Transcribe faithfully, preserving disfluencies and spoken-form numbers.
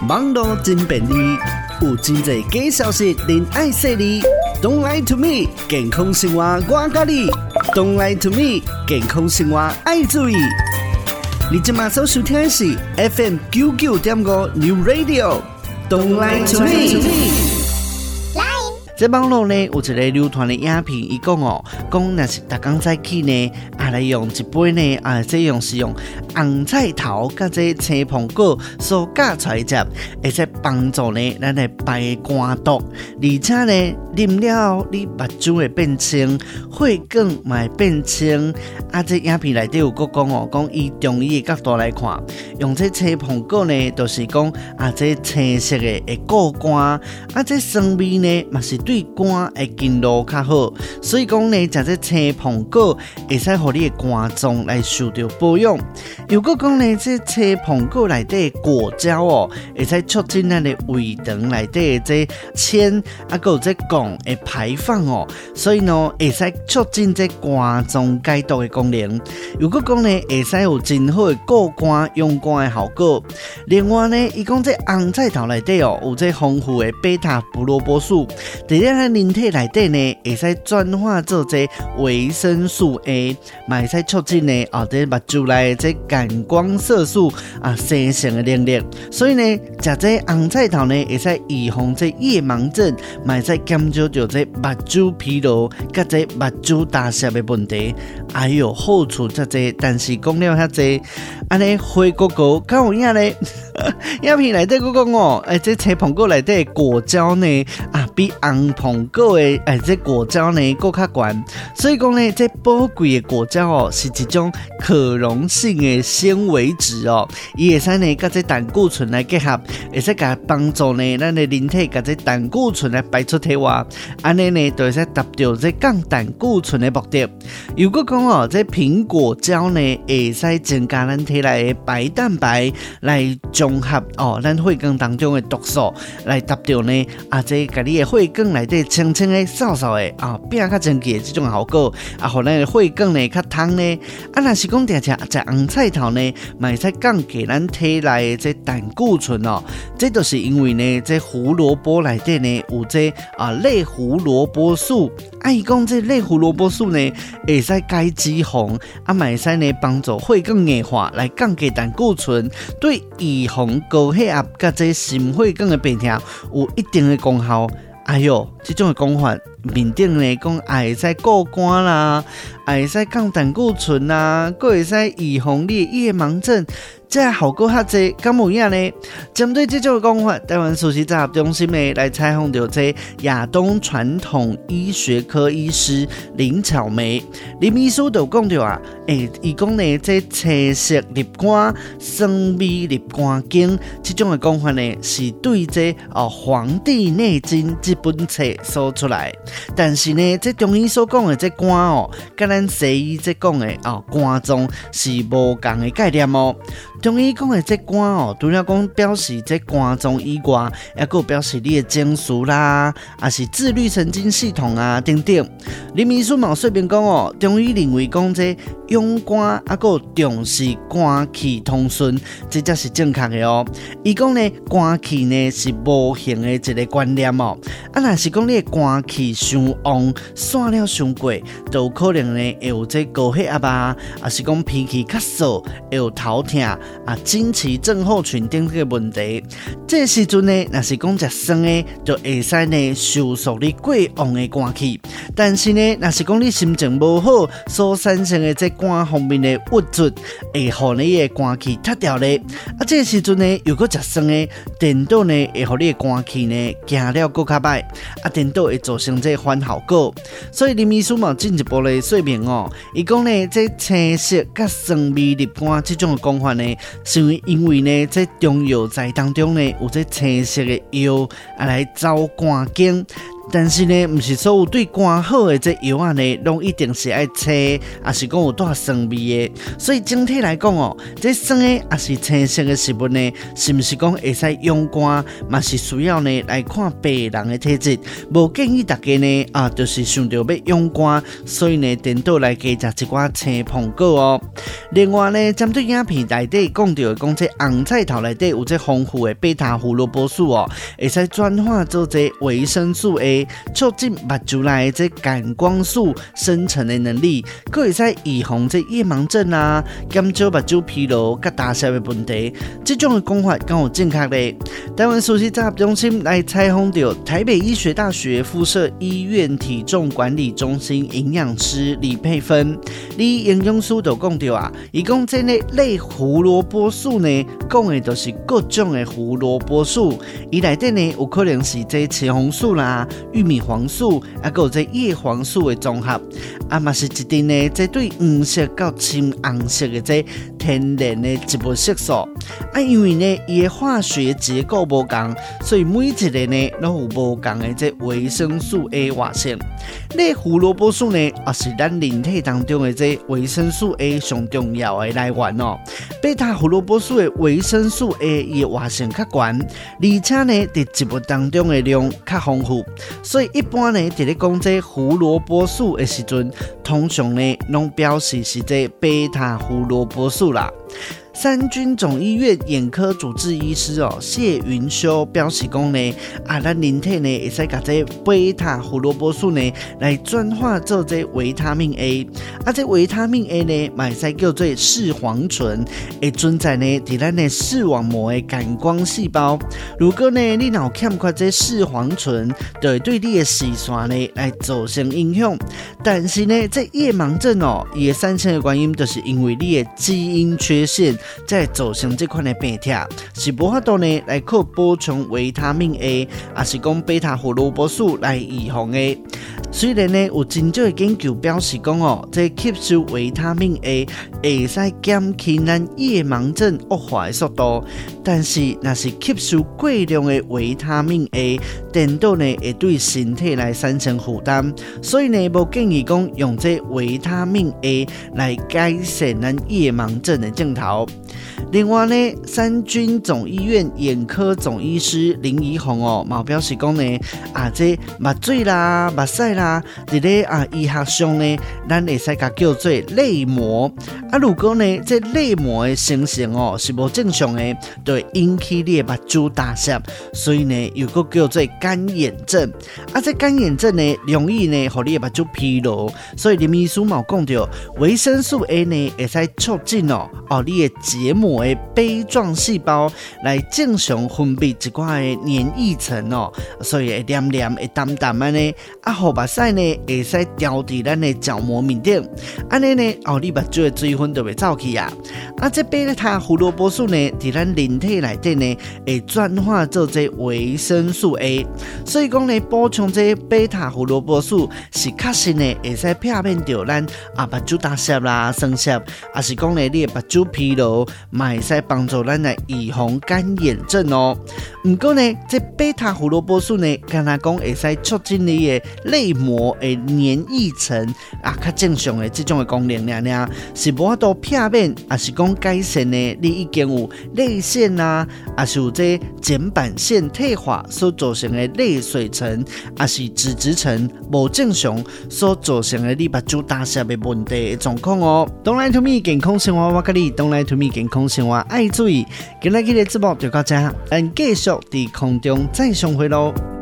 网络真便利，有真侪假消息，恁爱说哩。Don't lie to me， 健康生活我教你。Don't lie to me， 健康生活爱注意。你今麦所收听的是 F M 九九点五 New Radio。Don't lie to me。在网络呢有一个流传的影片，伊讲哦，讲若是逐工早起呢，啊来用一杯呢，啊这用是用红菜头甲这青苹果所加出来食，会使帮助呢咱来排肝毒，而且呢啉了后你目睭会变清，血管嘛会变清。啊，这影片内底有个讲哦，讲以中医的角度来看，用这青苹果呢，就是讲啊这青色的会固肝，啊这酸味呢嘛是对肝的经络较好，所以讲呢，食这青苹果会使互你的肝脏来受到保养。如果讲呢，这青苹果内底的果胶哦，会使促进咱的胃肠内底的这铅啊，还有这汞的排放哦，所以呢，会使促进这肝脏解毒的功能。如果讲呢，会使有真好的固肝养肝的效果。另外呢，伊讲这红菜头内底哦，有这丰富的贝塔胡萝卜素，在咱人体内底呢，会使转化做这维生素 A， 嘛会使促进呢哦，这目睭内这感光色素啊生成的能力。所以呢，食这红菜头呢，会使预防这夜盲症，嘛会使减少着这目睭疲劳，甲这目睭打涩的问题。哎呦，好处遮济，但是讲了遐济，安尼灰狗狗敢有影咧？影片内底佫讲哦，诶，这青苹果内底果胶呢啊，比红苹果的诶这果胶呢佫较悬，所以讲呢，这宝贵的果胶哦，是一种可溶性的纤维质哦，伊会使呢甲这胆固醇来结合，会使甲帮助呢咱的人体甲这胆固醇来排出体外，安尼呢就会使达到这降胆固醇的目的。如果讲哦，这苹果胶呢会使增加咱体内的白蛋白来综合哦，咱血管当中的毒素来达到呢啊，这甲你的血管内底清清的、扫扫的啊，变较清气的这种效果啊，互咱的血管呢较通呢。啊，若是讲定食食红菜头呢，嘛会使降低咱体内的这胆固醇哦。这就是因为呢，这胡萝卜内底呢有这啊类胡萝卜素。啊，伊讲这类胡萝卜素呢，会使解脂肪，啊，嘛会使呢帮助血管硬化，来降低胆固醇，对预防高血压甲这心血管的病痛有一定的功效。哎呦，这种的讲法，面顶呢讲会使固肝啦，会使降胆固醇啦，佫会使预防你的夜盲症。这效果较济，敢有影呢？针对这种讲法，台湾素食杂合中心呢来采访到这亚东传统医学科医师林巧梅，林医师就讲到啊，诶、欸，伊讲呢，这青色入肝、酸味入肝经，这种的讲法呢，是对这哦《黄帝内经》这本册所出来。但是呢，这中医所讲的这肝哦，跟咱西医这讲的哦肝脏是无同的概念哦。中医讲的这肝哦，除了讲表示这肝脏以外，还有表示你的情绪啦，也是自律神经系统啊等等。林医师嘛说明讲哦，中医认为讲这养肝还有重视肝气通顺，这才是正确的哦。伊讲呢，肝气呢是无形的一个观念哦。啊，若是讲你的肝气伤旺，散了伤过，就有可能呢会有这高血压啊，也是讲脾气较燥，会有头痛。啊，经期症候群等等的问题，这时阵呢，若是讲食酸的，就会使呢收缩你过旺的肝气。但是呢，若是讲你心情无好，所产生的这肝方面的物质，会互你的肝气塌掉咧。啊，这时阵呢，如果食酸的，颠倒呢会互你的肝气呢行了更较歹，啊，颠倒会造成这反效果。所以林医师嘛进一步来说明哦，伊讲呢，这青色甲酸味入肝这种的讲法呢。是因为呢，在中药材当中呢，有这青色的药啊来走肝经。 但是呢，不是所有对肝好的这药啊呢，拢一定是爱青，也是讲有带酸味的。所以整体来讲哦，这酸的也是青色的食物呢，是不是讲会使养肝，嘛是需要呢来看病人的体质。无建议大家呢啊，就是想到要养肝，所以呢，颠倒来加食一寡青苹果哦。另外呢，针对影片内底讲到的讲，这红菜头内底有这丰富的贝塔胡萝卜素哦，会使转化做这维生素 A， 促进目睭内的这感光素生成的能力，佫会使预防这夜盲症啊，减少目睭疲劳佮大小的问题。这种的讲法敢有正确咧？台湾熟悉综合中心来采访到台北医学大学附设医院体重管理中心营养师李佩芬，李营养师就讲到啊，伊讲这类类胡萝卜素呢，讲的就是各种的胡萝卜素，伊内底呢有可能是这茄红素啦、玉米黄素，啊，还有这叶黄素的综合，啊嘛是一定呢，这对黄色到深红色的这天然的植物色素，啊，因为呢伊的化学结构无同，所以每一个呢拢有无同的这维生素 A 活性。类胡萝卜素呢，也是咱人体当中的这维生素 A 上重要的来源哦。贝塔胡萝卜素的维生素 A 伊活性较高，而且呢，在植物当中的量较丰富，所以一般呢，在咧讲这胡萝卜素的时阵，通常呢，拢表示是这贝塔胡萝卜素啦。三军总医院眼科主治医师哦谢云修表示讲呢，啊，咱人体呢会使把这贝塔胡萝卜素呢来转化做这维他命 A， 啊，这维他命 A 呢，嘛会使叫做视黄醇，会存在呢伫咱的视网膜的感光细胞。如果呢你若欠缺这视黄醇，就会对你的视线呢来造成影响。但是呢，这夜盲症哦，伊的产生的原因就是因为你的基因缺陷。在造成这款的病痛，是无法度呢来靠补充维他命 A， 也是讲贝塔胡萝卜素来预防的。虽然呢有真少的研究表示讲哦，这吸收维他命 A 会使减轻咱夜盲症恶化的速度，但是若是吸收过量的维他命 A， 颠倒呢会对身体来产生负担，所以呢无建议讲用这维他命 A 来改善咱夜盲症的症头。另外呢，三军总医院眼科总医师林怡宏哦，嘛表示讲呢，啊，这目水啦、目屎啦，伫咧啊医学上呢，咱会使甲叫做泪膜。啊，如果呢，这泪膜的形成哦是无正常的，就会引起你的目睭大涩，所以呢，又个叫做干眼症。啊，这干眼症呢，容易呢，互你的目睭疲劳，所以林医师嘛讲到，维生素 A 呢，会使促进哦，哦，你的结膜的杯状细胞来正常分泌一寡的黏液层哦，所以会黏黏、会淡淡安尼，啊，互目屎呢会使调伫咱的角膜面顶，安尼呢，哦，你目睭的水分就会走去啊。啊，这贝塔胡萝卜素呢，伫咱人体内底呢，会转化做这维生素 A， 所以讲呢，补充这贝塔胡萝卜素是确实呢，会使避免掉咱啊目睭大涩啦、酸涩，啊是讲呢，你的目睭疲劳，嘛会使帮助咱来预防干眼症哦。不过呢，这贝塔胡萝卜素呢，敢若讲会使促进你的泪膜的黏液层啊，较正常的这种的功能尔尔，是无法度避免，也是讲改善呢，你已经有泪腺啊，也是有这睑板腺退化所造成的泪水层，也是脂质层无正常所造成的你目睭大涩的问题的状况哦。Don't lie to me， 健康生活我甲你，Don't lie to me， 健康生活爱注意。今日的节目就到这，咱继续在空中再相会咯。